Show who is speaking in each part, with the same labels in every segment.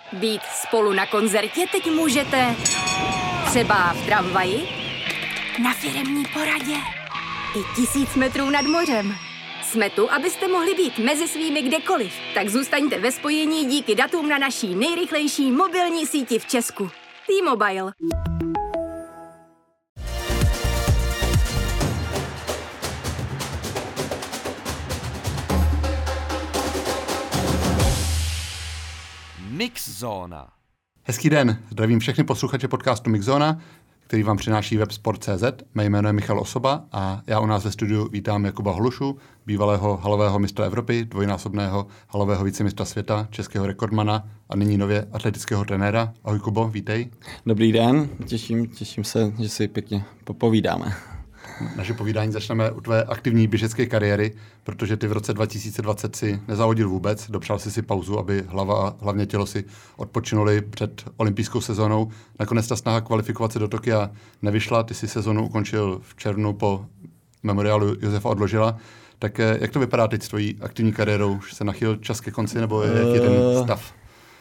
Speaker 1: Být spolu na koncertě teď můžete třeba v tramvaji, na firemní poradě i 1000 metrů nad mořem. Jsme tu, abyste mohli být mezi svými kdekoliv. Tak zůstaňte ve spojení díky datům na naší nejrychlejší mobilní síti v Česku. T-Mobile.
Speaker 2: Mixzóna.
Speaker 3: Hezký den, zdravím všechny posluchače podcastu Mixzóna, který vám přináší web Sport.cz. Mé jméno je Michal Osoba a já u nás ve studiu vítám Jakuba Holušu, bývalého halového mistra Evropy, dvojnásobného halového vicemistra světa, českého rekordmana a nyní nově atletického trenéra. Ahoj Kubo, vítej.
Speaker 4: Dobrý den, těším se, že si pěkně popovídáme.
Speaker 3: Naše povídání začneme u tvé aktivní běžecké kariéry, protože ty v roce 2020 si nezávodil vůbec, dopřál si pauzu, aby hlava a hlavně tělo si odpočinuli před olympijskou sezónou. Nakonec ta snaha kvalifikovat se do Tokia nevyšla, ty si sezónu ukončil v červnu po memoriálu Josefa Odložila. Tak jak to vypadá teď s tvojí aktivní kariérou? Už se nachýl čas ke konci, nebo jaký je ten stav?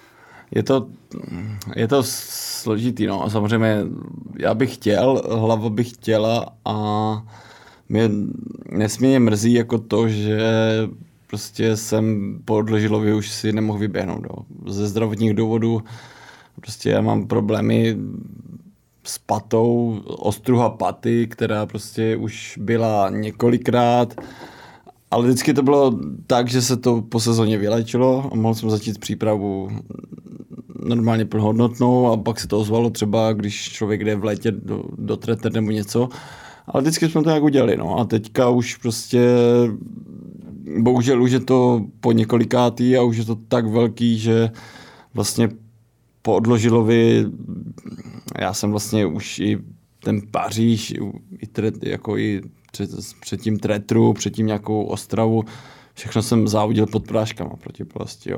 Speaker 4: Je to složitý, no. A samozřejmě já bych chtěl, hlava bych chtěla a mě nesmírně mrzí jako to, že prostě jsem po Odložilově už si nemohl vyběhnout. No. Ze zdravotních důvodů prostě já mám problémy s patou, ostruha paty, která prostě už byla několikrát, ale vždycky to bylo tak, že se to po sezóně vylečilo a mohl jsem začít přípravu normálně plnohodnotnou a pak se to ozvalo třeba, když člověk jde v létě do treter nebo něco. Ale vždycky jsme to nějak udělali. No. A teďka už prostě bohužel už je to po několikátý a už je to tak velký, že vlastně po Odložilovi já jsem vlastně už i ten Paříž, i předtím tretru, předtím nějakou Ostravu, všechno jsem závodil pod práškama proti bolesti.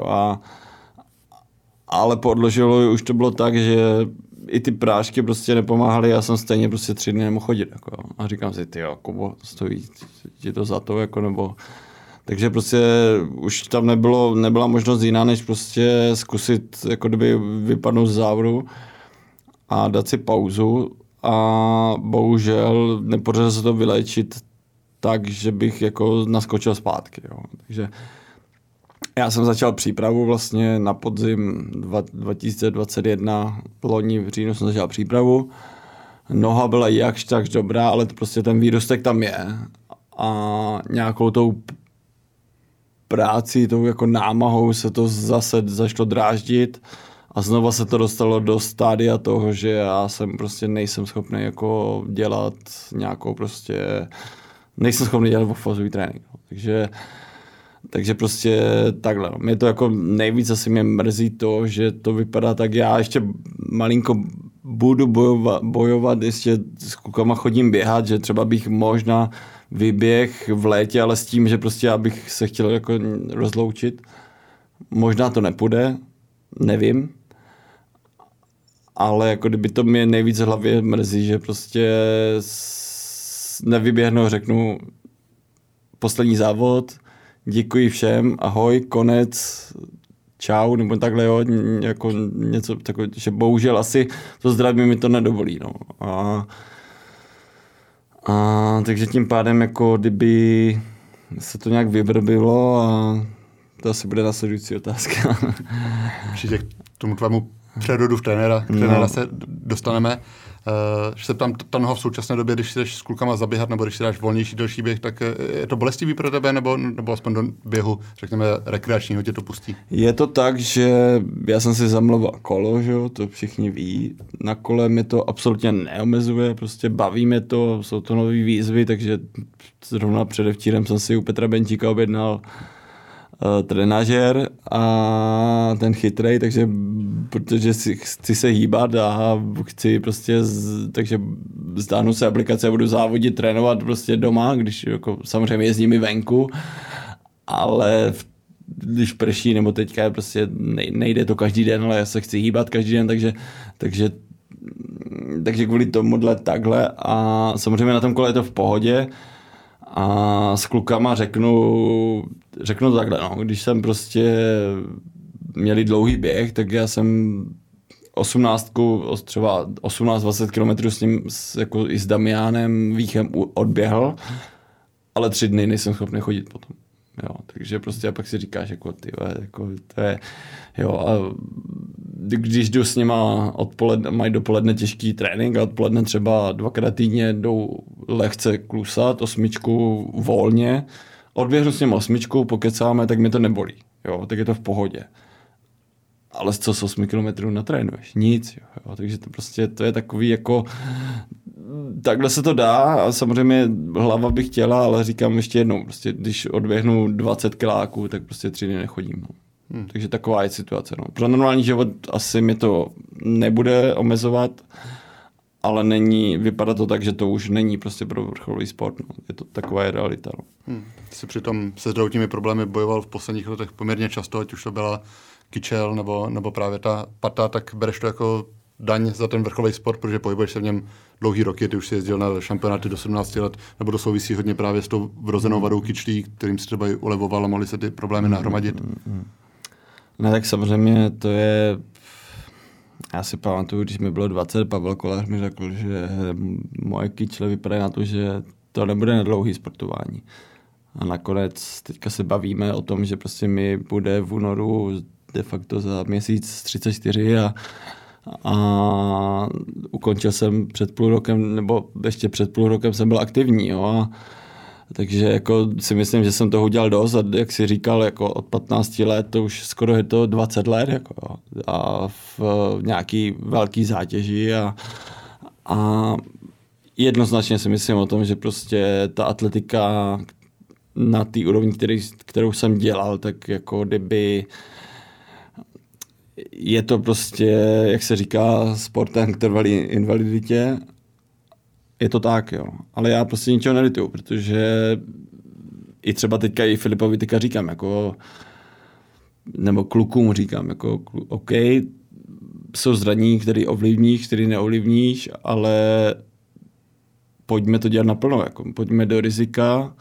Speaker 4: Ale po Odložilovi už to bylo tak, že i ty prášky prostě nepomáhaly, já jsem stejně prostě 3 dny nemohl chodit. Jako. A říkám si, ty Kubo, stojí ti to za to, jako, nebo... Takže prostě už tam nebyla možnost jiná, než prostě zkusit jako kdyby vypadnout z závodu a dát si pauzu a bohužel nepodařilo se to vyléčit tak, že bych jako naskočil zpátky. Jo. Takže já jsem začal přípravu vlastně na podzim 2021, loni v říjnu jsem začal přípravu. Noha byla jakž tak dobrá, ale prostě ten výrostek tam je. A nějakou tou práci, tou jako námahou se to zase zašlo dráždit a znova se to dostalo do stádia toho, že já jsem prostě nejsem schopný jako dělat nějakou prostě, nejsem schopný dělat fazový trénink. Takže prostě takhle. Mě to jako nejvíc asi mě mrzí to, že to vypadá tak, já ještě malinko budu bojovat, ještě s klukama chodím běhat, že třeba bych možná vyběh v létě, ale s tím, že prostě já bych se chtěl jako rozloučit. Možná to nepůjde, nevím, ale jako kdyby to mě nejvíc v hlavě mrzí, že prostě nevyběhnu, řeknu poslední závod, děkuji všem, ahoj, konec, čau, nebo takhle, jo, jako něco takového, že bohužel asi to zdraví mi to nedovolí, no. Takže tím pádem, jako kdyby se to nějak vybrbilo a to asi bude následující otázka.
Speaker 3: Určitě k tomu tvému přerodu v trenéra se dostaneme. Že se ptám, ta noha v současné době, když si jdeš s klukama zaběhat, nebo když si dáš volnější delší běh, tak je to bolestivý pro tebe, nebo aspoň do běhu, řekněme, rekreačního tě to pustí?
Speaker 4: Je to tak, že já jsem si zamlouval kolo, že jo, to všichni ví. Na kole mě to absolutně neomezuje, prostě baví mě to, jsou to nové výzvy, takže zrovna předevčírem jsem si u Petra Benčíka objednal trenažér a ten chytrej, takže protože chci se hýbat a chci prostě, takže stáhnu se aplikace a budu závodit, trénovat prostě doma, když jako samozřejmě jezdím i venku, ale když prší, nebo teďka je prostě nejde to každý den, ale já se chci hýbat každý den, takže kvůli tomuhle takhle a samozřejmě na tom kole je to v pohodě a s klukama řeknu to takhle, no, když jsem prostě měli dlouhý běh, tak já jsem 18, třeba 18-20 kilometrů s ním, jako i s Damianem Víchem odběhl, ale 3 dny nejsem schopný chodit potom. Jo, takže prostě a pak si říkáš, jako to je, jo, a když jdu s nima mají dopoledne těžký trénink a odpoledne třeba 2krát týdně jdou lehce klusat, 8 volně, odběhnu s nima 8, pokecáme, tak mě to nebolí, jo, tak je to v pohodě. Ale co s 8 kilometrů natrénuješ? Nic, jo, takže to prostě, to je takový jako, takhle se to dá a samozřejmě hlava by chtěla, ale říkám ještě jednou, prostě když odběhnu 20 kiláků, tak prostě 3 dny nechodím. No. Takže taková je situace. No. Pro normální život asi mi to nebude omezovat, ale vypadá to tak, že to už není prostě pro vrcholový sport. No. Je to taková je realita. No.
Speaker 3: Jsi přitom se zdravotními problémy bojoval v posledních letech poměrně často, ať už to byla kyčel nebo právě ta pata, tak bereš to jako daň za ten vrcholový sport, protože pohybuješ se v něm dlouhý roky, ty už si jezdil na šampionáty do 17 let, nebo to souvisí hodně právě s tou vrozenou vadou kyčlí, kterým si třeba ulevoval a mohly se ty problémy nahromadit?
Speaker 4: No tak samozřejmě to je, já si pamatuju, když mi bylo 20, Pavel Kolář mi řekl, že moje kyčle vypadají na to, že to nebude na dlouhý sportování. A nakonec teďka se bavíme o tom, že prostě mi bude v únoru de facto za měsíc 34 a ukončil jsem před půl rokem, nebo ještě před půl rokem jsem byl aktivní, jo, takže jako si myslím, že jsem toho udělal dost a jak si říkal, jako od 15 let, to už skoro je to 20 let, jako, jo, a v nějaký velký zátěži a jednoznačně si myslím o tom, že prostě ta atletika na té úrovni, kterou jsem dělal, tak jako kdyby je to prostě, jak se říká, sportem k trvalý invaliditě. Je to tak, jo. Ale já prostě ničeho nelituju, protože i třeba teďka i Filipovi teďka říkám, jako, nebo klukům říkám, jako, OK, jsou zranění, který ovlivníš, který neovlivníš, ale pojďme to dělat naplno, jako, pojďme do rizika,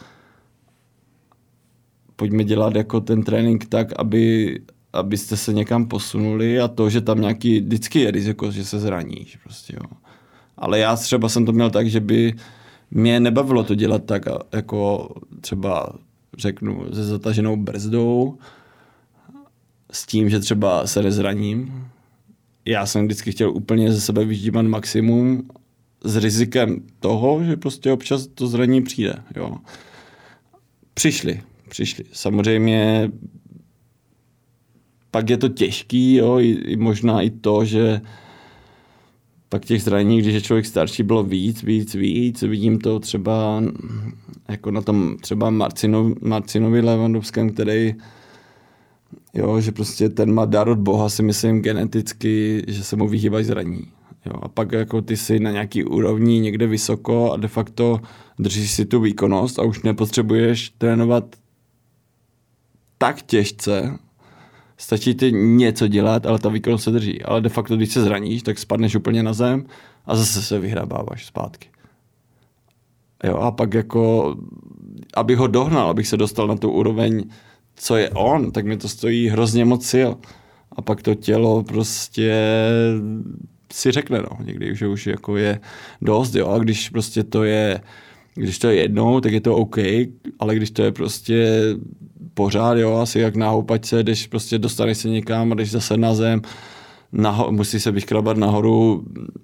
Speaker 4: pojďme dělat jako ten trénink tak, abyste se někam posunuli a to, že tam nějaký vždycky je riziko, že se zraníš. Prostě, jo. Ale já třeba jsem to měl tak, že by mě nebavilo to dělat tak, jako třeba řeknu se zataženou brzdou s tím, že třeba se nezraním. Já jsem vždycky chtěl úplně ze sebe vyždímat maximum s rizikem toho, že prostě občas to zranění přijde. Jo. Přišli. Samozřejmě pak je to těžký, jo, i možná i to, že pak těch zranění, když je člověk starší, bylo víc. Vidím to třeba jako na tom třeba Marcinovi Levandovském, který, jo, že prostě ten má dar od Boha, si myslím geneticky, že se mu vyhýbají zranění. Jo, a pak jako ty jsi na nějaký úrovni někde vysoko a de facto držíš si tu výkonnost a už nepotřebuješ trénovat tak těžce, stačí ti něco dělat, ale ta výkonnost se drží. Ale de facto, když se zraníš, tak spadneš úplně na zem a zase se vyhrabáváš zpátky. Jo, a pak jako, abych ho dohnal, abych se dostal na tu úroveň, co je on, tak mi to stojí hrozně moc sil. A pak to tělo prostě si řekne, no, někdy, že už jako je dost, jo, a když prostě to je jednou, tak je to OK, ale když to je prostě pořád, jo, asi jak na houpačce, když prostě dostaneš se někam a jdeš zase na zem, musí se vyškrabat nahoru.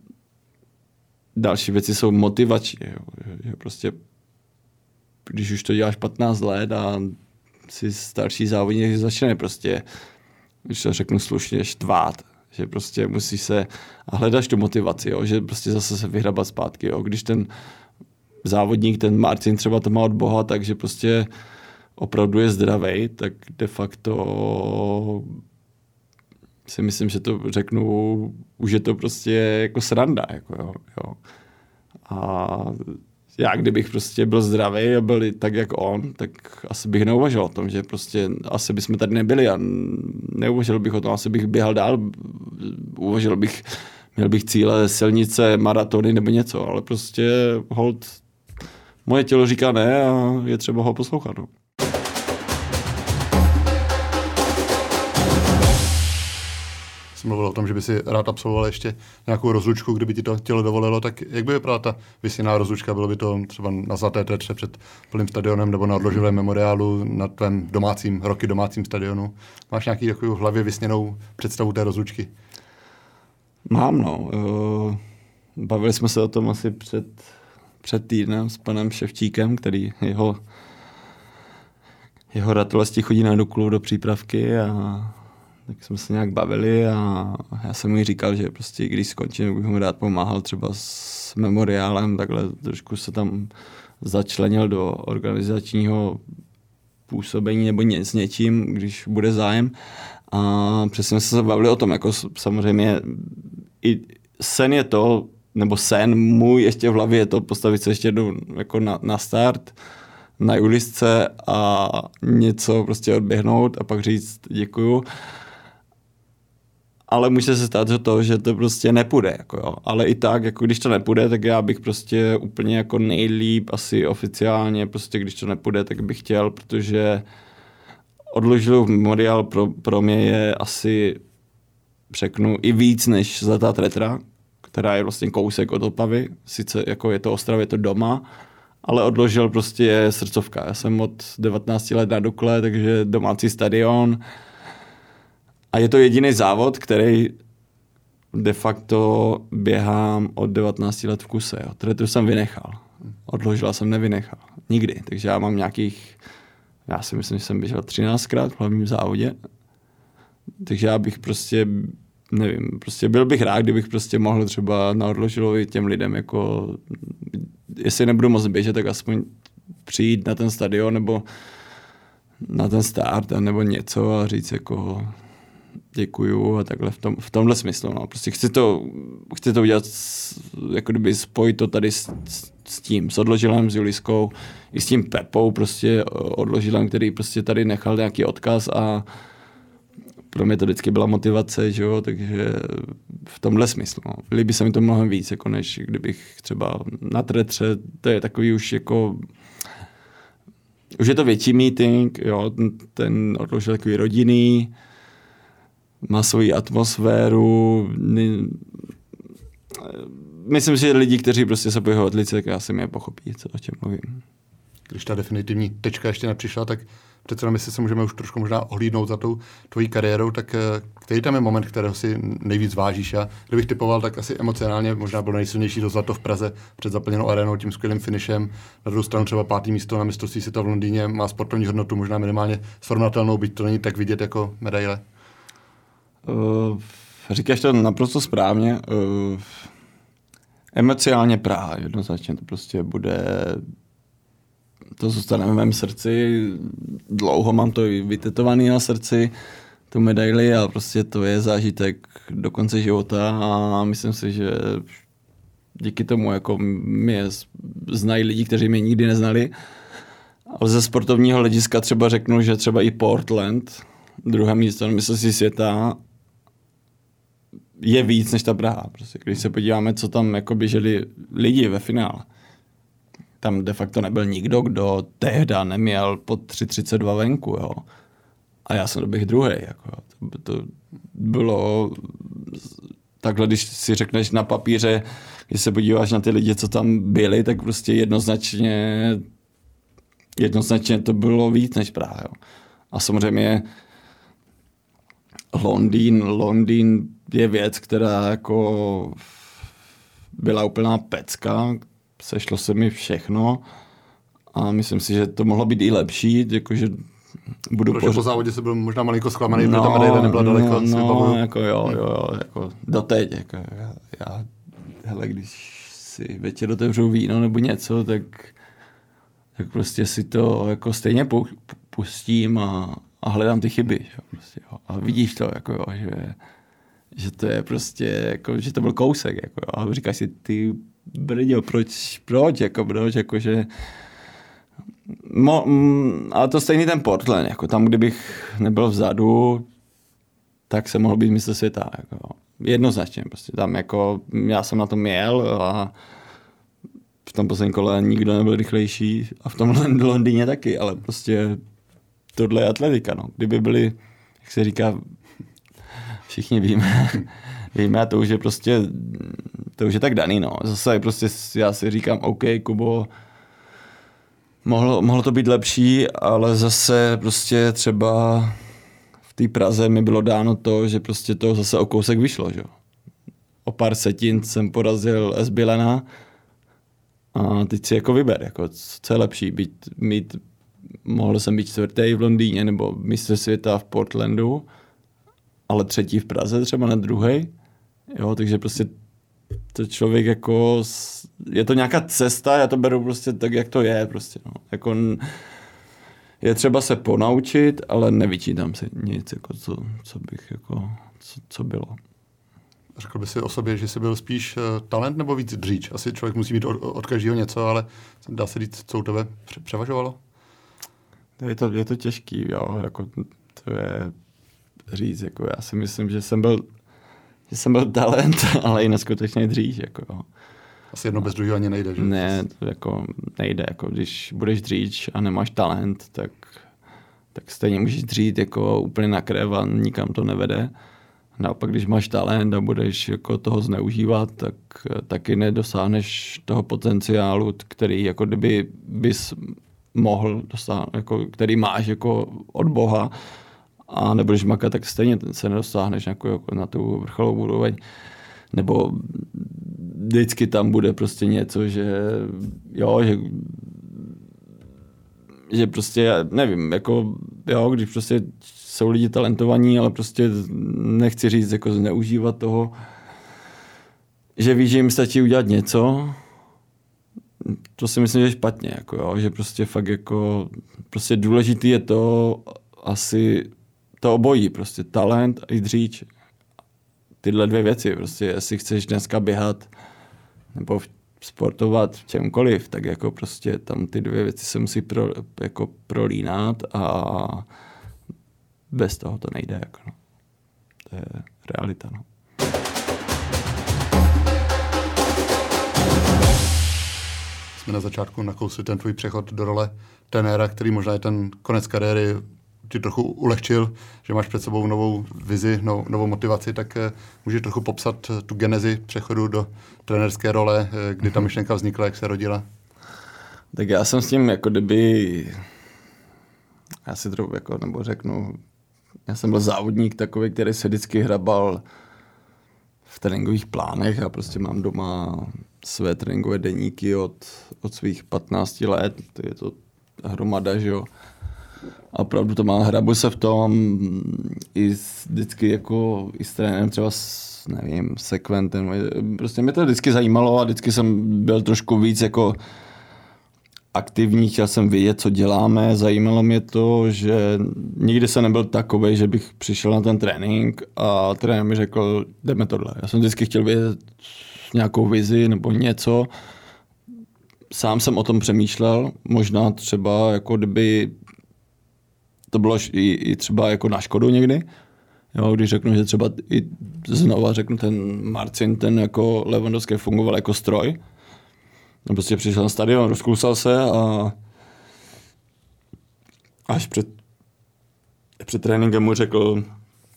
Speaker 4: Další věci jsou motivační, jo, že prostě když už to děláš 15 let a si starší závodník, začne prostě, když to řeknu slušně, štvát, že prostě musíš se a hledáš tu motivaci, jo, že prostě zase se vyhrabat zpátky, jo, když ten závodník, ten Marcin třeba to má od Boha, takže prostě opravdu je zdravej, tak de facto si myslím, že to řeknu, už je to prostě jako sranda. Jako jo. A já kdybych prostě byl zdravý a byl tak jak on, tak asi bych neuvažoval o tom, že prostě asi bychom tady nebyli a neuvažoval bych o tom, asi bych běhal dál, měl bych cíle, silnice, maratony nebo něco, ale prostě hold, moje tělo říká ne a je třeba ho poslouchat. No.
Speaker 3: jsi mluvil o tom, že by si rád absolvoval ještě nějakou rozlučku, kdyby ti to tělo dovolilo, tak jak by vypadala ta vysněná rozlučka? Bylo by to třeba na Zlaté Tetře před plným stadionem nebo na odložilém memoriálu na tvém domácím stadionu? Máš nějaký takovou v hlavě vysněnou představu té rozlučky?
Speaker 4: Mám, no. Bavili jsme se o tom asi před týdnem s panem Ševčíkem, který jeho ratolesti chodí na Duklu do přípravky a tak jsme se nějak bavili a já jsem mu říkal, že prostě když skončím, bych mu rád pomáhal třeba s memoriálem, takhle trošku se tam začlenil do organizačního působení nebo s něčím, když bude zájem. A přesně jsme se bavili o tom, jako samozřejmě i sen je to, nebo sen můj ještě v hlavě je to postavit se ještě jako na start, na Julisce a něco prostě odběhnout a pak říct děkuju. Ale může se stát že to prostě nepůjde. Jako jo. Ale i tak, jako když to nepůjde, tak já bych prostě úplně jako nejlíp asi oficiálně, prostě když to nepůjde, tak bych chtěl, protože odložilův memoriál pro mě je asi, řeknu, i víc než Zlatá Tetra, která je vlastně kousek od Opavy. Sice jako je to Ostrava, je to doma, ale odložil prostě je srdcovka. Já jsem od 19 let na Dukle, takže domácí stadion. A je to jediný závod, který de facto běhám od 19 let v kuse. Jo. Tetru jsem vynechal. Odložila jsem nevynechal. Nikdy. Takže já mám já si myslím, že jsem běžel 13krát v hlavním závodě. Takže já bych prostě, nevím, prostě byl bych rád, kdybych prostě mohl třeba na Odložilovi těm lidem jako, jestli nebudu moc běžet, tak aspoň přijít na ten stadion nebo na ten start nebo něco a říct jako děkuju a takhle v tomhle smyslu. No. Prostě chci to udělat, jako kdyby spojit to tady s tím, s Odložilem, s Juliskou, i s tím Pepou, prostě Odložilem, který prostě tady nechal nějaký odkaz a pro mě to vždycky byla motivace, že jo, takže v tomhle smyslu. No. Líbí se mi to mnohem víc, jako než kdybych třeba na Tetře, to je takový už jako, už je to větší meeting, jo, ten Odložil takový rodinný, má svoji atmosféru. Myslím si, že lidi, kteří prostě se pojí hodlice, tak asi mě pochopí, o čem mluvím.
Speaker 3: Když ta definitivní tečka ještě nepřišla, tak přece my se můžeme už trošku možná ohlídnout za tou tvojí kariérou, tak který tam je moment, kterého si nejvíc vážíš? A kdybych typoval, tak asi emocionálně možná bylo nejsilnější to zlato v Praze před zaplněnou arénou tím skvělým finishem. Na druhou stranu třeba 5. místo na mistrovství světa v Londýně má sportovní hodnotu možná minimálně srovnatelnou, byť to není tak vidět jako medaile.
Speaker 4: Říkáš to naprosto správně. Emocionálně Praha, jednoznačně to prostě bude, to zůstane v mém srdci, dlouho mám to vytetovaný na srdci, tu medaili a prostě to je zážitek do konce života a myslím si, že díky tomu jako mě znají lidi, kteří mě nikdy neznali. Ale ze sportovního hlediska třeba řeknu, že třeba i Portland, druhé místo na mistrovství světa, je víc než ta Praha. Prostě, když se podíváme, co tam jako běželi lidi ve finále. Tam de facto nebyl nikdo, kdo tehda neměl pod 3,32 venku. Jo. A já jsem doběh druhý. Jako, to bylo takhle, když si řekneš na papíře, když se podíváš na ty lidi, co tam byli, tak prostě jednoznačně to bylo víc než Praha. Jo. A samozřejmě Londýn je věc, která jako byla úplná pecka, sešlo se mi všechno a myslím si, že to mohlo být i lepší, jakože
Speaker 3: protože po závodě se byl možná malinko zklamaný, protože ta medaile nebyla daleko.
Speaker 4: Jako jo, jako doteď, jako já hele, když si večer otevřu víno nebo něco, tak prostě si to jako stejně pustím a hledám ty chyby. Že? Prostě, jo. A vidíš to, jako, jo, že to je prostě, jako, že to byl kousek. Jako, jo. A říkáš si, ty brďo, proč, jakože... Ale to stejný ten Portland, jako tam, kdybych nebyl vzadu, tak se mohl být mistr světa. Jako, jednoznačně, prostě tam jako, já jsem na tom jel a v tom posledním kole nikdo nebyl rychlejší a v tom Londýně taky, ale prostě tohle je atletika, no. Kdyby byli, jak se říká, všichni víme a to už je prostě, to už je tak daný, no. Zase prostě já si říkám, OK, Kubo, mohlo to být lepší, ale zase prostě třeba v té Praze mi bylo dáno to, že prostě to zase o kousek vyšlo, že? O pár setin jsem porazil Esbilena a teď si jako vyber, jako, co je lepší, mohl jsem být 4. v Londýně nebo mistr světa v Portlandu, ale 3. v Praze třeba na 2. Jo, takže prostě to člověk jako, je to nějaká cesta, já to beru prostě tak, jak to je prostě, no. Jako, je třeba se ponaučit, ale nevyčítám si nic, jako co bych jako, co bylo.
Speaker 3: Řekl by si o sobě, že jsi byl spíš talent nebo víc dříč? Asi člověk musí mít od každého něco, ale dá se říct, co u tebe převažovalo?
Speaker 4: Je to těžký, jo, jako to je říct, jako já si myslím, že jsem byl talent, ale i neskutečně dříč, jako jo.
Speaker 3: Asi jedno bez druhého ani nejde, že?
Speaker 4: Ne, to jako nejde, jako když budeš dříč a nemáš talent, tak stejně můžeš dřít jako úplně na krev a nikam to nevede. Naopak, když máš talent a budeš jako toho zneužívat, tak taky nedosáhneš toho potenciálu, který jako kdyby bys mohl dosáhnout, jako, který máš jako od Boha a nebudeš makat, tak stejně se nedosáhneš jako na tu vrcholovou úroveň. Nebo vždycky tam bude prostě něco, že prostě, nevím, jako, jo, když prostě jsou lidi talentovaní, ale prostě nechci říct, jako zneužívat toho, že víš, že jim stačí udělat něco, to si myslím, že je špatně, jako jo, že prostě fakt jako, prostě důležitý je to asi to obojí, prostě talent a i dříč. Tyhle 2 věci, prostě jestli chceš dneska běhat nebo sportovat v čemkoliv, tak jako prostě tam ty 2 věci se musí prolínat a bez toho to nejde, jako no. To je realita, no.
Speaker 3: Jsme na začátku nakousli ten tvůj přechod do role trenéra, který možná je ten konec kariéry ti trochu ulehčil, že máš před sebou novou vizi, novou motivaci, tak můžeš trochu popsat tu genezi přechodu do trenérské role, kdy ta myšlenka vznikla, jak se rodila?
Speaker 4: Tak já jsem s tím jako kdyby, já si trochu jako, nebo řeknu, já jsem byl závodník takový, který se vždycky hrabal v tréninkových plánech a prostě mám doma své tréninkové deníky od svých 15 let, to je to hromada, že jo. A opravdu to má, hrabu se v tom i vždycky jako i s trenérem třeba nevím, sekventem, prostě mě to vždycky zajímalo a vždycky jsem byl trošku víc jako aktivní, chtěl jsem vědět, co děláme, zajímalo mě to, že nikdy jsem nebyl takovej, že bych přišel na ten trénink a trenér mi řekl, jdeme tohle. Já jsem vždycky chtěl vědět nějakou vizi nebo něco. Sám jsem o tom přemýšlel, možná třeba jako kdyby to bylo i třeba jako na škodu někdy. Jo, když řeknu, že třeba i znova řeknu, ten Marcin, ten jako Lewandowski fungoval jako stroj. On prostě přišel na stadion, rozkousal se a až před tréninkem mu řekl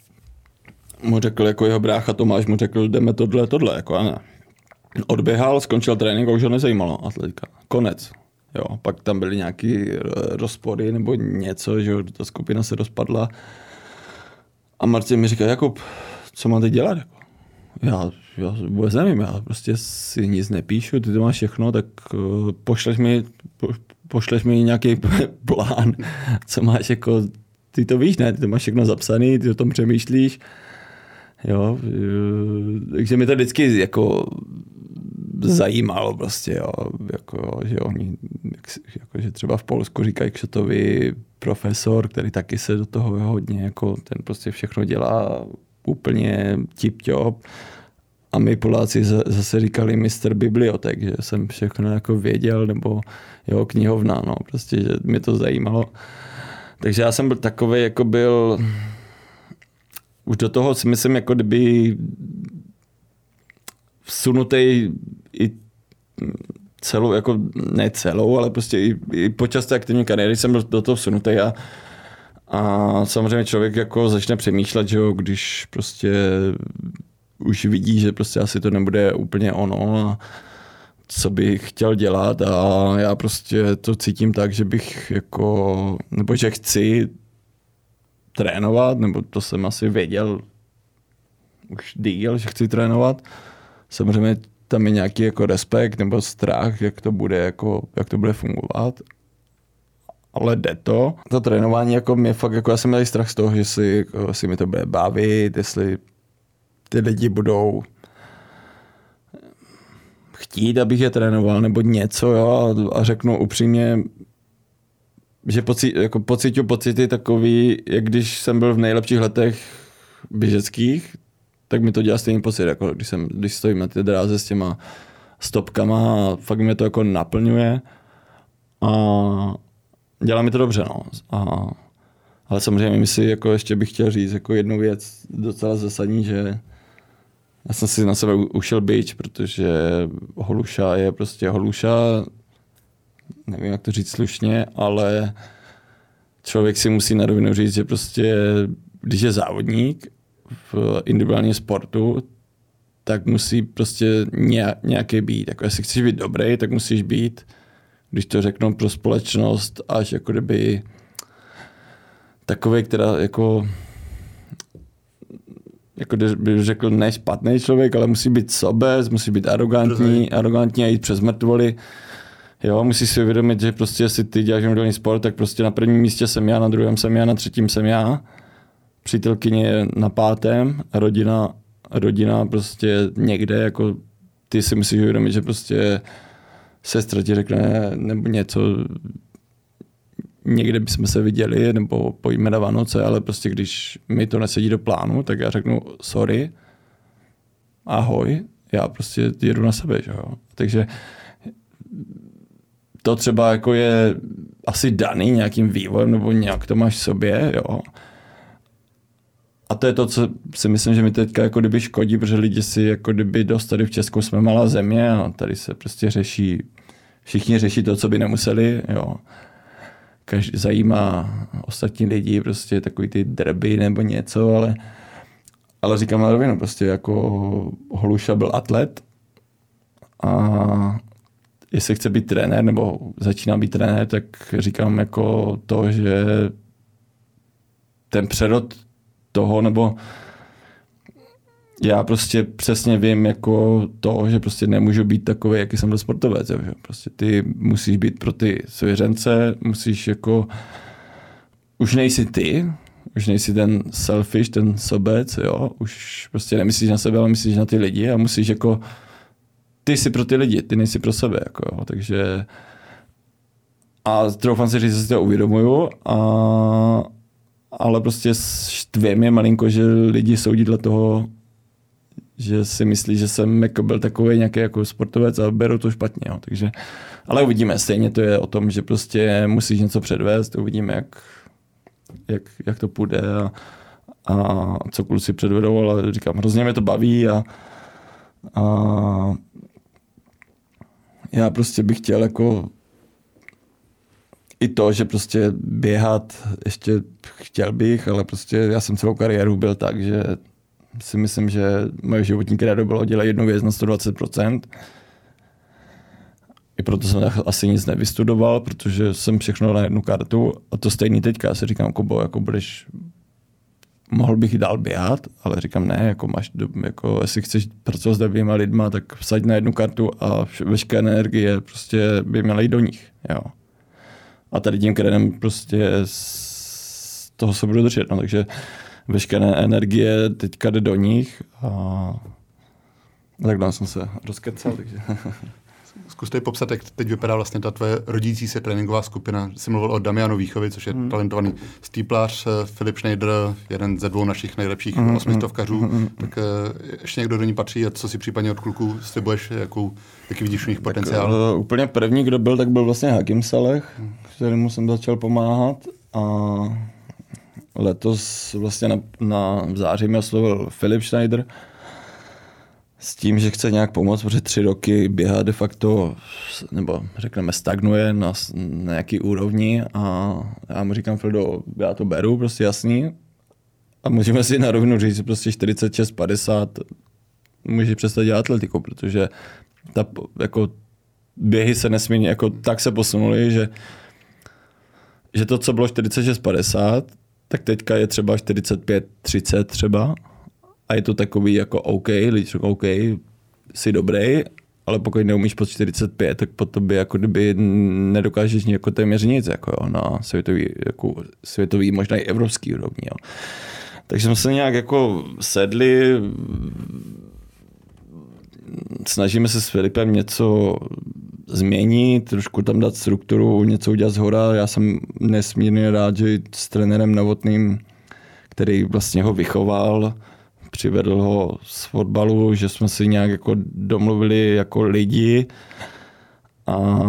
Speaker 4: jako jeho brácha Tomáš, mu řekl, jdeme tohle, jako a ne. Odběhal, skončil trénink a už ho nezajímalo atletika. Konec. Jo, pak tam byly nějaký rozpory nebo něco, že ta skupina se rozpadla. A Marcin mi říká, Jakub, co mám teď dělat? Já vůbec nevím, já prostě si nic nepíšu, ty to máš všechno, tak pošleš mi nějaký plán, co máš jako, ty to víš, ne, ty to máš všechno zapsaný, ty o tom přemýšlíš. Jo, takže mi to vždycky jako zajímalo prostě, jo, jako, že oni, jako, že třeba v Polsku říkají Kšotovi profesor, který taky se do toho hodně, jako ten prostě všechno dělá úplně tip-top. A my Poláci zase říkali mistr bibliotek, že jsem všechno jako věděl, nebo jo, knihovna, no, prostě, že mě to zajímalo. Takže já jsem byl takovej, jako byl, už do toho si myslím, jako kdyby vsunutej i celou, jako ne celou, ale prostě i počas té aktivní kariéry jsem byl do toho vsunutej A samozřejmě člověk jako začne přemýšlet, že jo, když prostě už vidí, že prostě asi to nebude úplně ono, a co bych chtěl dělat, a já prostě to cítím tak, že bych jako, nebo že chci trénovat, nebo to jsem asi věděl už díl, že chci trénovat. Samozřejmě tam je nějaký jako respekt nebo strach, jak to bude fungovat. Ale jde to. To trénování jako mě fakt, jako já jsem měl strach z toho, že si mi to bude bavit, jestli ty lidi budou chtít, abych je trénoval, nebo něco, jo, a řeknu upřímně, že pocituju pocity takový, jak když jsem byl v nejlepších letech běžeckých, tak mi to dělá stejný pocit, jako když stojím na té dráze s těma stopkama a fakt mě to jako naplňuje a dělá mi to dobře, no. Ale samozřejmě mi si jako ještě bych chtěl říct jako jednu věc docela zásadní, že já jsem si na sebe ušel bič, protože Holuša je prostě Holuša, nevím, jak to říct slušně, ale člověk si musí na rovinu říct, že prostě, když je závodník v individuálním sportu, tak musí prostě nějaký být. Jako jestli chceš být dobrý, tak musíš být, když to řeknu pro společnost, až jako kdyby takový, která jako bych řekl, ne špatný člověk, ale musí být sobec, musí být arrogantní a jít přes mrtvoly. Jo, musíš si uvědomit, že prostě jestli ty děláš individuální sport, tak prostě na prvním místě jsem já, na druhém jsem já, na třetím jsem já. Přítelkyně je na pátém, rodina prostě někde, jako ty si musíš uvědomit, že prostě sestra ti řekne nebo něco, někde bychom se viděli, nebo pojďme na Vánoce, ale prostě když mi to nesedí do plánu, tak já řeknu sorry, ahoj, já prostě jedu na sebe, že jo. Takže to třeba jako je asi daný nějakým vývojem, nebo nějak to máš v sobě, jo. A to je to, co si myslím, že mi teďka jako kdyby škodí, protože lidi si jako kdyby dost tady v Česku jsme malá země a tady se prostě všichni řeší to, co by nemuseli, jo. Každý zajímá ostatní lidi, prostě takový ty derby nebo něco, ale říkám na rovinu, prostě jako Holuša byl atlet a jestli chce být trenér nebo začíná být trenér, tak říkám jako to, že ten přerod toho, nebo já prostě přesně vím jako to, že prostě nemůžu být takový, jaký jsem byl sportovec. Jo. Prostě ty musíš být pro ty svěřence, musíš jako, už nejsi ty, už nejsi ten selfish, ten sobec, jo. Už prostě nemyslíš na sebe, ale myslíš na ty lidi a musíš jako, ty jsi pro ty lidi, ty nejsi pro sebe, jako, jo. Takže a troufám si říct, že si to uvědomuju, ale prostě štve mě malinko, že lidi soudí dle toho, že si myslí, že jsem jako byl takový nějaký jako sportovec a beru to špatně. Jo. Takže, ale uvidíme, stejně to je o tom, že prostě musíš něco předvést, uvidíme, jak to půjde a co kluci předvedou, ale říkám, hrozně mě to baví a já prostě bych chtěl jako i to, že prostě běhat ještě chtěl bych, ale prostě já jsem celou kariéru byl tak, že si myslím, že moje životní kariéru bylo dělat jednu věc na 120%. I proto jsem asi nic nevystudoval, protože jsem všechno na jednu kartu a to stejný teďka. Já si říkám, Kubo, jako mohl bych dál běhat, ale říkám ne, jako jestli chceš pracovat s dobrýma lidma, tak vsaď na jednu kartu a veškeré energie prostě by měla jít do nich. Jo. A tady tím kredem prostě z toho se budu držet. No, takže veškeré energie teďka jde do nich a takhle jsem se rozkecal. Takže.
Speaker 3: Zkuste popsat, jak teď vypadá vlastně ta tvoje rodící se tréninková skupina. Jsi mluvil o Damianu Víchovi, což je talentovaný stýplář, Filip Schneider, jeden ze dvou našich nejlepších osmistovkařů. Tak ještě někdo do ní patří a co si případně od kluků slibuješ, jaký vidíš v nich potenciál?
Speaker 4: Úplně první, kdo byl, tak byl vlastně Hakim Saleh, kterému jsem začal pomáhat a letos vlastně v září mě oslovil Filip Schneider s tím, že chce nějak pomoct, protože 3 roky běhá de facto, nebo řekneme stagnuje na nějaký úrovni a já mu říkám, Fredo, já to beru, prostě jasný. A můžeme si na rovinu říct, prostě 46-50 můžeš přestat dělat atletiku, protože ta, jako, běhy se nesmírně, jako, tak se posunuly, že to, co bylo 46-50, tak teďka je třeba 45-30 třeba a je to takový jako OK, lidi řekl OK, jsi dobrý, ale pokud neumíš pod 45, tak po tobě jako kdyby nedokážeš jako téměř nic jako jo, na světový, možná i evropský úrovni. Jo. Takže jsme se nějak jako sedli, snažíme se s Filipem něco změnit, trošku tam dát strukturu, něco udělat zhora. Já jsem nesmírně rád, že s trenérem Novotným, který vlastně ho vychoval, přivedl ho z fotbalu, že jsme si nějak jako domluvili jako lidi a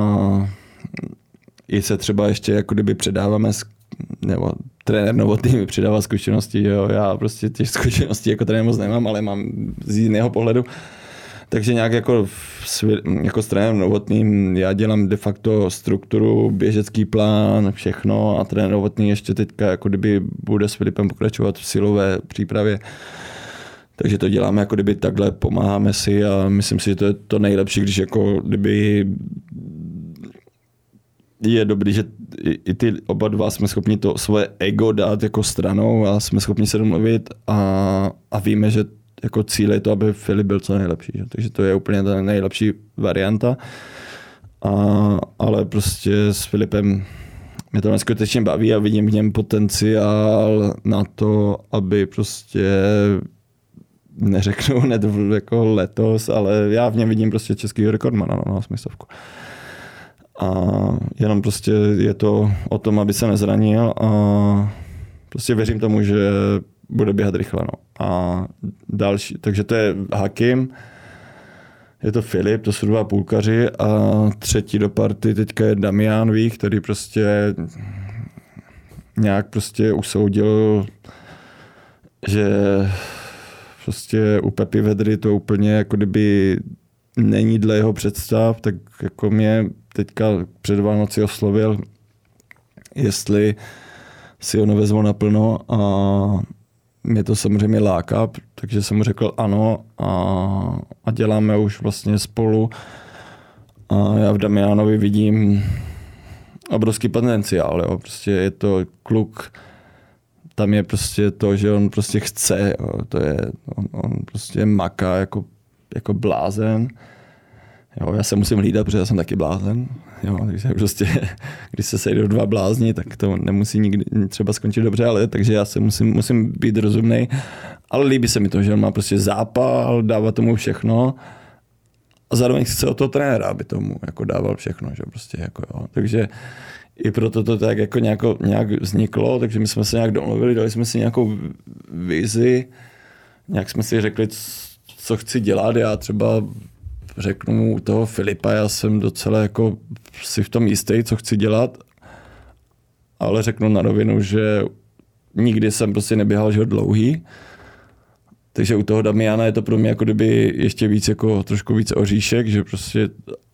Speaker 4: i se třeba ještě jako kdyby předáváme, nebo trenér Novotný mi přidává zkušenosti, jo, já prostě těch zkušeností jako trenér moc nemám, ale mám z jiného pohledu. Takže nějak jako s trenérem Novotným já dělám de facto strukturu, běžecký plán, všechno a trenér Novotný ještě teďka jako kdyby bude s Filipem pokračovat v silové přípravě. Takže to děláme jako kdyby takhle, pomáháme si a myslím si, že to je to nejlepší, když jako kdyby je dobrý, že i ty oba dva jsme schopni to svoje ego dát jako stranou a jsme schopni se domluvit a víme, že jako cíl je to, aby Filip byl co nejlepší. Že? Takže to je úplně ta nejlepší varianta. Ale prostě s Filipem mě to neskutečně baví a vidím v něm potenciál na to, aby prostě neřeknu hned jako letos, ale já v něm vidím prostě český rekordmana na smyslovku. A jenom prostě je to o tom, aby se nezranil a prostě věřím tomu, že bude běhat rychle. No. A další, takže to je Hakim, je to Filip, to jsou 2 půlkaři a třetí do party teďka je Damian Vích, který prostě nějak prostě usoudil, že prostě u Pepi Vedry to úplně jako kdyby není dle jeho představ, tak jako mě teďka před Vánoci oslovil, jestli si ho nevezmu naplno a mě to samozřejmě láká, takže jsem mu řekl ano a děláme už vlastně spolu a já v Damianovi vidím obrovský potenciál, jo. Prostě je to kluk, tam je prostě to, že on prostě chce, jo. To je, on prostě maká jako blázen. Jo, já se musím hlídat, protože já jsem taky blázen. Jo, takže prostě, když se sejdou 2 blázni, tak to nemusí nikdy třeba skončit dobře, ale takže já se musím být rozumnej. Ale líbí se mi to, že on má prostě zápal, dává tomu všechno a zároveň chce od toho trenéra, aby tomu jako dával všechno. Že prostě jako, jo. Takže i proto to tak jako nějak vzniklo, takže my jsme se nějak domluvili, dali jsme si nějakou vizi, nějak jsme si řekli, co chci dělat. Já třeba řeknu u toho Filipa, já jsem docela jako si v tom jistý, co chci dělat, ale řeknu na rovinu, že nikdy jsem prostě neběhal že dlouhý, takže u toho Damiana je to pro mě jako kdyby ještě víc jako trošku víc oříšek, že prostě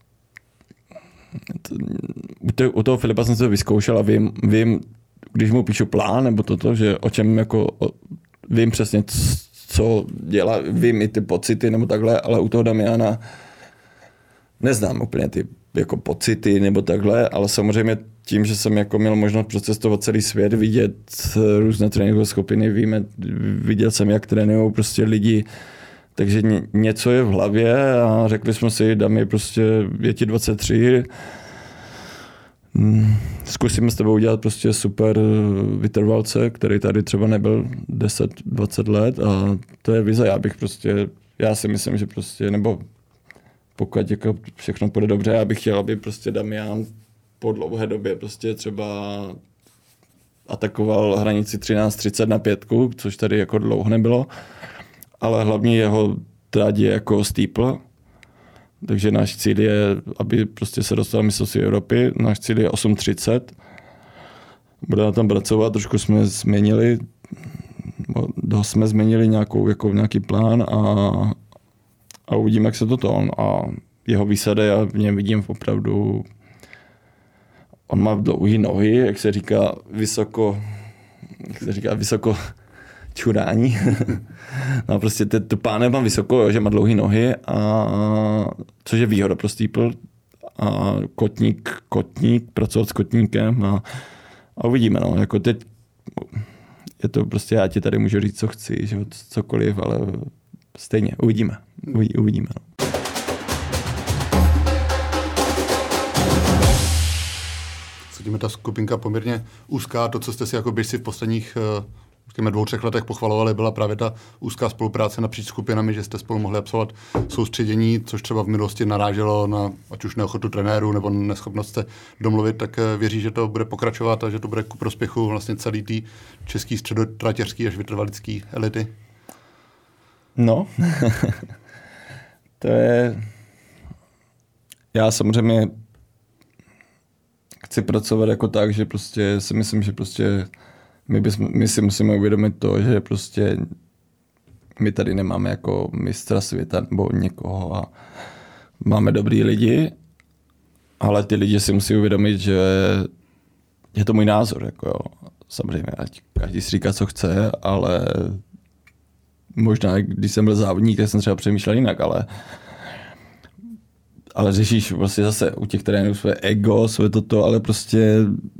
Speaker 4: u toho Filipa jsem se to vyzkoušel a vím, když mu píšu plán nebo toto, že o čem jako vím přesně, co dělá, vím i ty pocity nebo takhle, ale u toho Damiana neznám úplně ty jako pocity nebo takhle, ale samozřejmě tím, že jsem jako měl možnost procestovat celý svět, vidět různé tréninkové skupiny, viděl jsem, jak trénují prostě lidi, takže něco je v hlavě a řekli jsme si, Dami, prostě je ti 23, zkusíme s tebou udělat prostě super vytrvalce, který tady třeba nebyl 10-20 let a to je vize, já si myslím, že prostě, nebo pokud jako všechno půjde dobře, já bych chtěl, aby prostě Damian po dlouhé době prostě třeba atakoval hranici 13:30 na 5, což tady jako dlouho nebylo, ale hlavně jeho tráť je jako steeple, takže náš cíl je, aby prostě se dostal mistrovství Evropy, náš cíl je 8:30, budeme na tom pracovat, trošku jsme změnili nějaký plán a uvidím, jak se to a jeho výsady já v něm vidím opravdu, on má dlouhé nohy, jak se říká vysoko čurání. No prostě to páne má vysoko, jo, že má dlouhé nohy, a což je výhoda pro steeple, a kotník, pracovat s kotníkem a uvidíme, no, jako teď je to prostě, já ti tady můžu říct, co chci, že cokoliv, ale stejně, uvidíme, no.
Speaker 3: Sedíme ta skupinka poměrně úzká, to, co jste si jako běžci v posledních 2-3 letech pochvalovali, byla právě ta úzká spolupráce napříč skupinami, že jste spolu mohli absolvovat soustředění, což třeba v minulosti naráželo na ať už neochotu trenérů nebo neschopnost se domluvit, tak věří, že to bude pokračovat a že to bude ku prospěchu vlastně celý té český středotratěřský až vytrvalický elity?
Speaker 4: No, to je... Já samozřejmě chci pracovat jako tak, že prostě si myslím, že prostě my si musíme uvědomit to, že prostě my tady nemáme jako mistra světa nebo někoho a máme dobrý lidi, ale ty lidi si musí uvědomit, že je to můj názor. Jako jo. Samozřejmě, ať každý si říká, co chce, ale možná, když jsem byl závodník, tak jsem třeba přemýšlel jinak, ale řešíš vlastně zase u těch trenérů své ego, své toto, ale prostě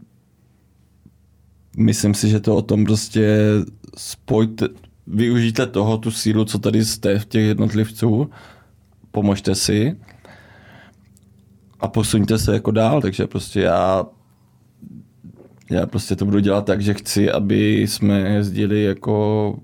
Speaker 4: myslím si, že to o tom prostě spojte, využijte toho, tu sílu, co tady jste v těch jednotlivců, pomožte si a posuňte se jako dál, takže prostě já prostě to budu dělat tak, že chci, aby jsme jezdili jako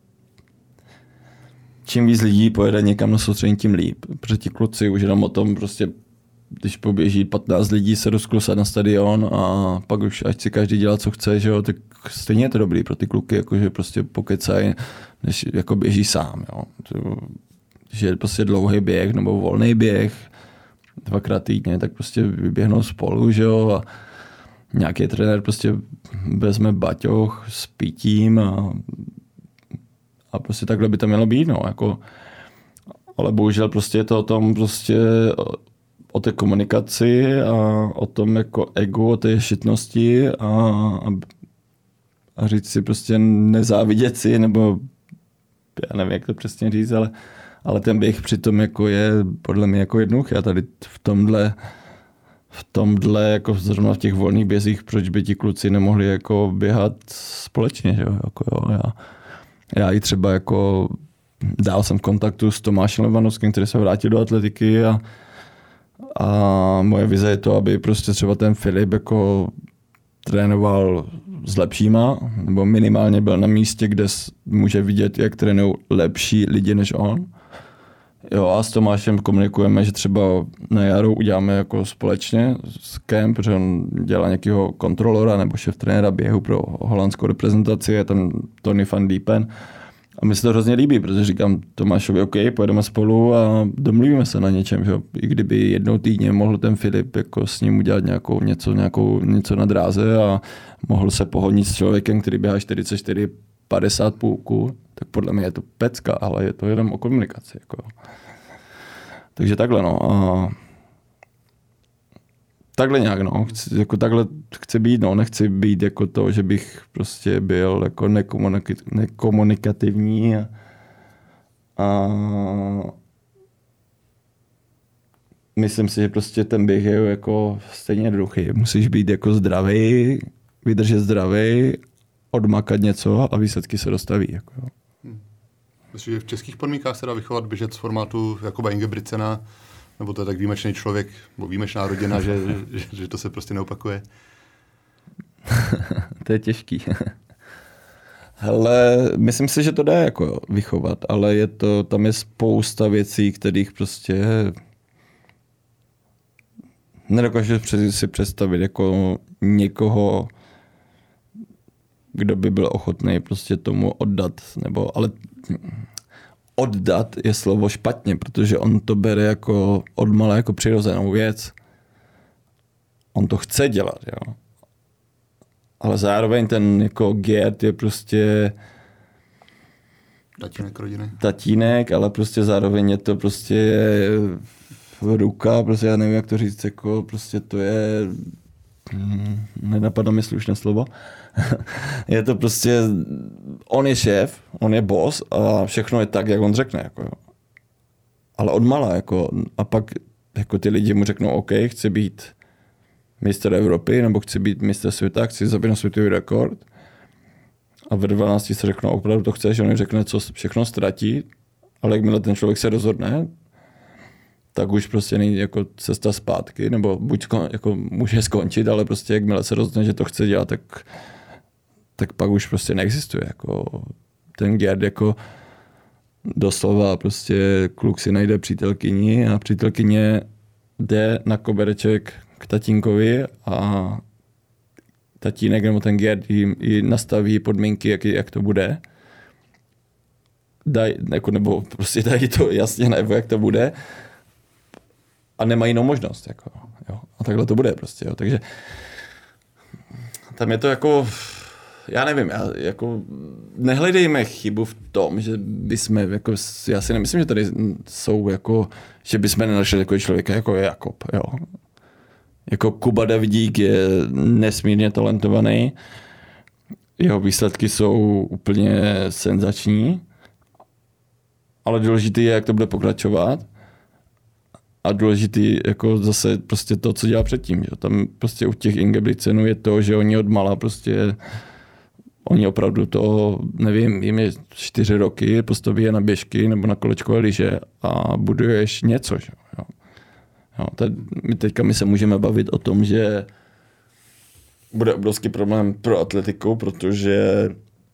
Speaker 4: čím víc lidí pojede někam na soustředění, tím líp. Protože ti kluci už jenom o tom prostě, když poběží 15 lidí se rozklusat na stadion a pak už ať si každý dělá, co chce, že jo, tak stejně je to dobrý pro ty kluky, jakože prostě pokecaj, než jako běží sám, jo. Že je prostě dlouhý běh nebo volný běh 2x týdně, tak prostě vyběhnou spolu, že jo, a nějaký trenér prostě vezme baťoch s pitím a prostě takhle by to mělo být, no, jako, ale bohužel prostě je to o tom prostě o té komunikaci a o tom jako egu, o té šitnosti a říct si prostě nezávidět si, nebo já nevím, jak to přesně říct, ale ten běh přitom jako je podle mě jako jednoduchý. A tady v tomhle jako zrovna v těch volných bězích, proč by ti kluci nemohli jako běhat společně, že jo, jako jo, já i třeba jako dál jsem v kontaktu s Tomášem Levanovským, který se vrátil do atletiky a moje vize je to, aby prostě třeba ten Filip jako trénoval s lepšíma, nebo minimálně byl na místě, kde může vidět, jak trénují lepší lidi než on. Jo, a s Tomášem komunikujeme, že třeba na jaru uděláme jako společně s kemp, protože on dělá nějakého kontrolora nebo šéf trenéra běhu pro holandskou reprezentaci, je tam Tony van Diepen. A mi se to hrozně líbí, protože říkám Tomášovi, OK, pojedeme spolu a domluvíme se na něčem. Že? I kdyby jednou týdně mohl ten Filip jako s ním udělat něco na dráze a mohl se pohodnit s člověkem, který běhá 44-50 půlku, tak podle mě je to pecka, ale je to jenom o komunikaci. Jako. Takže takhle, no. A takhle nějak, no. Takhle chci být, no. Nechci být jako to, že bych prostě byl jako nekomunikativní a myslím si, že prostě ten běh je jako stejně jednoduchý. Musíš být jako zdravý, vydržet zdravý, odmakat něco a výsledky se dostaví. Jako.
Speaker 3: Myslím, že v českých podmínkách se dá vychovat běžec z formátu Jakuba Ingebrigtsena, nebo to je tak výjimečný člověk, nebo výjimečná rodina, že to se prostě neopakuje?
Speaker 4: To je těžký. Hele, myslím si, že to dá jako vychovat, ale tam je spousta věcí, kterých prostě nedokážu si představit jako někoho, kdo by byl ochotný prostě tomu oddat, ale oddat je slovo špatně, protože on to bere jako odmala jako přirozenou věc. On to chce dělat, jo. Ale zároveň ten jako Gerd je prostě tatínek, ale prostě zároveň je to prostě ruka, prostě já nevím, jak to říct, jako prostě to je, nenapadá mi slušné slovo. Je to prostě, on je šéf, on je boss a všechno je tak, jak on řekne, jako. Ale odmala, jako, a pak jako ty lidi mu řeknou, OK, chci být mistr Evropy, nebo chci být mistr světa, chci zabít na světový rekord. A ve 12 se řeknou, opravdu to chceš, že on řekne, co všechno ztratí, ale jakmile ten člověk se rozhodne, tak už prostě není jako cesta zpátky, nebo buď jako může skončit, ale prostě jakmile se rozhodne, že to chce dělat, tak pak už prostě neexistuje. Jako ten Gerd jako doslova prostě kluk si najde přítelkyni a přítelkyně jde na kobereček k tatínkovi a tatínek nebo ten Gerd jí nastaví podmínky, jak to bude. Nebo prostě dají to jasně najevo, jak to bude. A nemají jinou možnost. Jako, jo. A takhle to bude prostě. Jo. Takže tam je to jako, já nevím, jako nehledejme chybu v tom, že bychom, jako, já si nemyslím, že tady jsou jako, že bychom nenašli takový člověka, jako je Jakob. Jo. Jako Kuba Davidík je nesmírně talentovaný, jeho výsledky jsou úplně senzační, ale důležitý je, jak to bude pokračovat. A důležitý jako zase prostě to, co dělá předtím. Že? Tam prostě u těch Ingebrigtsenů je to, že oni odmala prostě, oni opravdu to, nevím, jim je 4 roky, postaví je na běžky nebo na kolečkové lyže a buduješ něco. Že? Jo. Jo, teďka my se můžeme bavit o tom, že bude obrovský problém pro atletiku, protože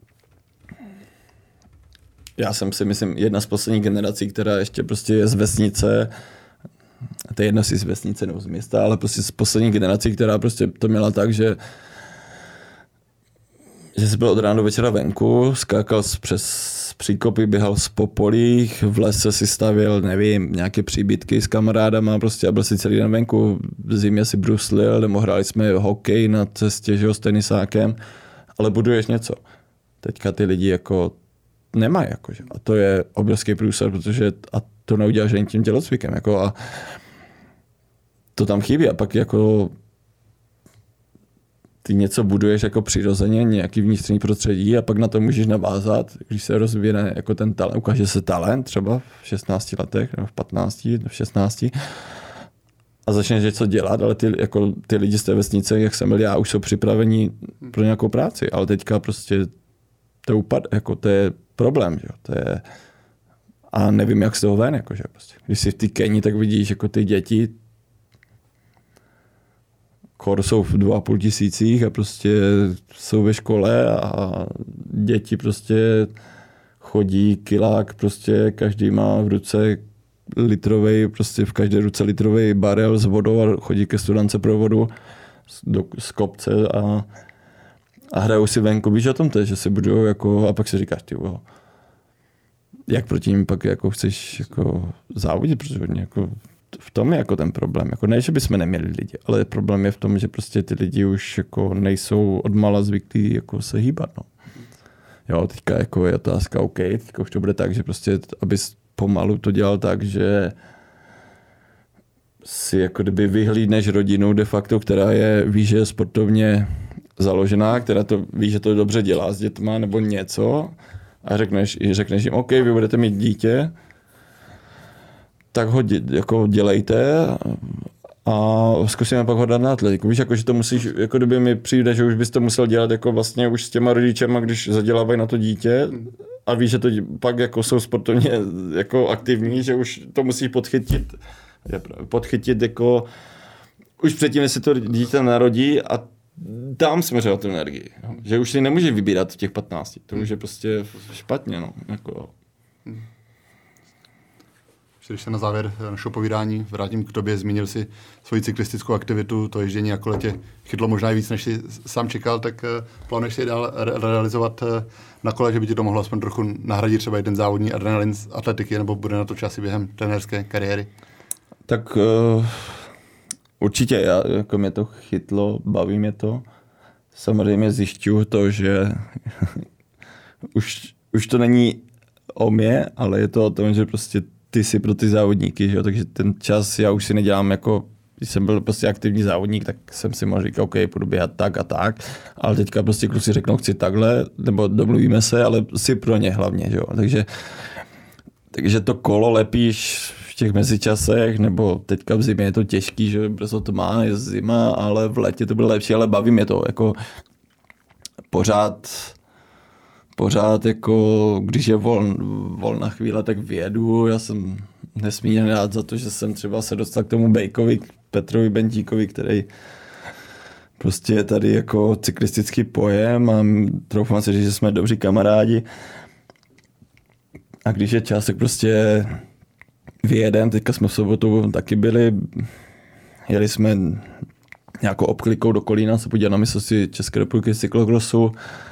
Speaker 4: já jsem si myslím jedna z posledních generací, která ještě prostě je z vesnice, to je jedno si z vesnice nebo z města, ale prostě z poslední generací, která prostě to měla tak, že jsi byl od rána do večera venku, skákal přes příkopy, běhal z popolích, v lese si stavěl, nevím, nějaké příbytky s kamarádama prostě a byl si celý den venku, v zimě si bruslil, nebo hráli jsme hokej na cestě, že jo, s tenisákem, ale buduješ něco. Teďka ty lidi jako nemají, jakože. A to je obrovský průser, protože a to neuděláš jen tím tělocvikem, jako a to tam chybí a pak jako ty něco buduješ jako přirozeně, nějaký vnitřní prostředí a pak na to můžeš navázat, když se rozvíje jako ten talent, ukáže se talent třeba v 16 letech, nebo v 15, v 16 a začneš něco dělat, ale ty lidi z té vesnice, jak jsem byl já, už jsou připraveni pro nějakou práci, ale teďka prostě to upadá, jako to je problém, že? To je a nevím, jak z toho ven, jakože prostě. Když jsi v té Keni, tak vidíš jako ty děti jsou v 2,5 tisících a prostě jsou ve škole a děti prostě chodí kilák, prostě každý má v ruce litrovej, prostě v každé ruce litrovej barel s vodou a chodí ke studance pro vodu z kopce a hrajou si venku. Víš o tom to, že si budou jako, a pak si říkáš, ty jak proti ním pak jako chceš jako závodit, protože jako v tom je jako ten problém. Jako ne, že bychom neměli lidi, ale problém je v tom, že prostě ty lidi už jako nejsou odmala zvyklí jako se hýbat. No. Jo, teďka jako je otázka, OK, teďka už to bude tak, že prostě, abys pomalu to dělal tak, že si jako kdyby vyhlídneš rodinu de facto, která je, ví, že je sportovně založená, která to ví, že to dobře dělá s dětma nebo něco a řekneš jim, OK, vy budete mít dítě, tak ho jako dělejte a zkusíme pak ho dát na atletiku. Víš, jako, že to musíš, jako kdyby mi přijde, že už bys to musel dělat jako vlastně už s těma rodičema, když zadělávají na to dítě a víš, že to pak jako jsou sportovně jako aktivní, že už to musí podchytit jako už předtím, než se to dítě narodí a tam směřovat tu energii. Jo. Že už si nemůže vybírat v těch 15. To už je prostě špatně. No. Jako.
Speaker 3: Když se na závěr našeho povídání vrátím k tobě, zmínil si svoji cyklistickou aktivitu, to ježdění na kole tě chytlo možná i víc, než jsi sám čekal, tak plánuješ si dál realizovat na kole, že by ti to mohlo aspoň trochu nahradit třeba jeden závodní adrenalin z atletiky, nebo bude na to časy během trenérské kariéry?
Speaker 4: Tak určitě, jako mě to chytlo, baví mě to. Samozřejmě zjišťuju to, že už to není o mě, ale je to o tom, že prostě ty jsi pro ty závodníky, že jo? Takže ten čas já už si nedělám jako, když jsem byl prostě aktivní závodník, tak jsem si mohl říkat, OK, půjdu běhat tak a tak, ale teďka prostě kluci řeknou, chci takhle, nebo domluvíme se, ale si pro ně hlavně, že jo? Takže to kolo lepíš v těch mezičasech, nebo teďka v zimě je to těžký, že brzo to má, je zima, ale v létě to bude lepší, ale baví mě to, jako pořád jako, když je volná chvíle, tak vyjedu. Já jsem nesmírně rád za to, že jsem třeba se dostal k tomu Bejkovi, k Petrovi Bentíkovi, který prostě je tady jako cyklistický pojem a troufám si říct, že jsme dobří kamarádi. A když je čas, tak prostě vyjedem. Teďka jsme v sobotu taky jeli jsme nějakou obklikou do Kolína se podívat na mistrovství České republiky z cyklokrosu.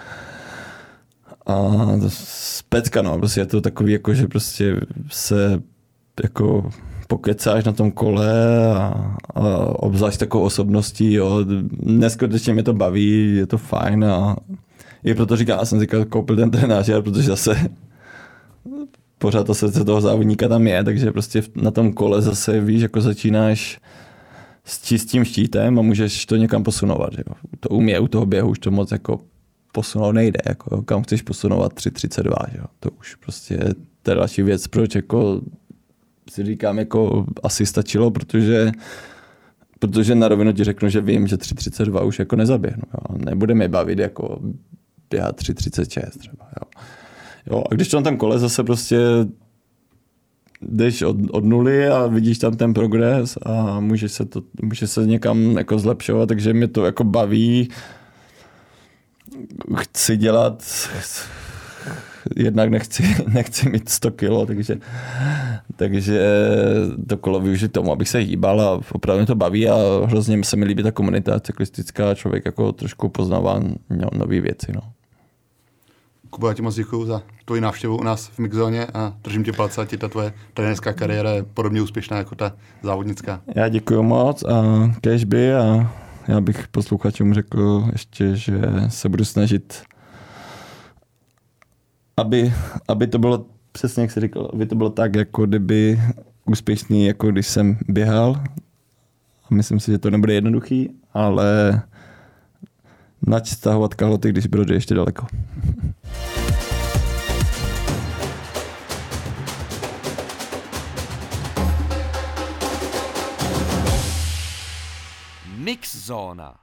Speaker 4: A pecka, no, prostě je to takový, jako, že prostě se jako pokecáš na tom kole a obzvlášť takovou osobností, jo. Neskutečně mě to baví, je to fajn a i proto říkám, já jsem říkal, koupil ten trenážer, protože zase pořád to srdce toho závodníka tam je, takže prostě na tom kole zase víš, jako začínáš s čistým štítem a můžeš to někam posunovat, jo. To u toho běhu už to moc jako posunout nejde, jako kam chceš posunovat 3.32, jo. To už prostě je další věc, proč jako si říkám, jako asi stačilo, protože na rovinu ti řeknu, že vím, že 3.32 už jako nezaběhnu, jo. Nebude mi bavit jako běhat 3.36 třeba, jo. A když to na tom kole zase prostě jdeš od nuly a vidíš tam ten progres a můžeš se někam jako zlepšovat, takže mě to jako baví. Chci dělat, jednak nechci mít 100 kilo, takže to kolo využít tomu, abych se hýbal a opravdu mě to baví a hrozně se mi líbí ta komunita cyklistická, člověk jako trošku poznává nové věci. No.
Speaker 3: Kubo, já ti moc děkuju za tvoji návštěvu u nás v Mixzóně a držím tě palce, ať ta tvoje trenérská kariéra je podobně úspěšná jako ta závodnická. Já děkuju moc a cashby a já bych posluchačům řekl ještě, že se budu snažit, aby to bylo přesně, jak jsi říkal, aby to bylo tak, jako kdyby úspěšný, jako když jsem běhal. A myslím si, že to nebude jednoduchý, ale nač stahovat kalhoty, když Brody ještě daleko.
Speaker 2: Mixzóna.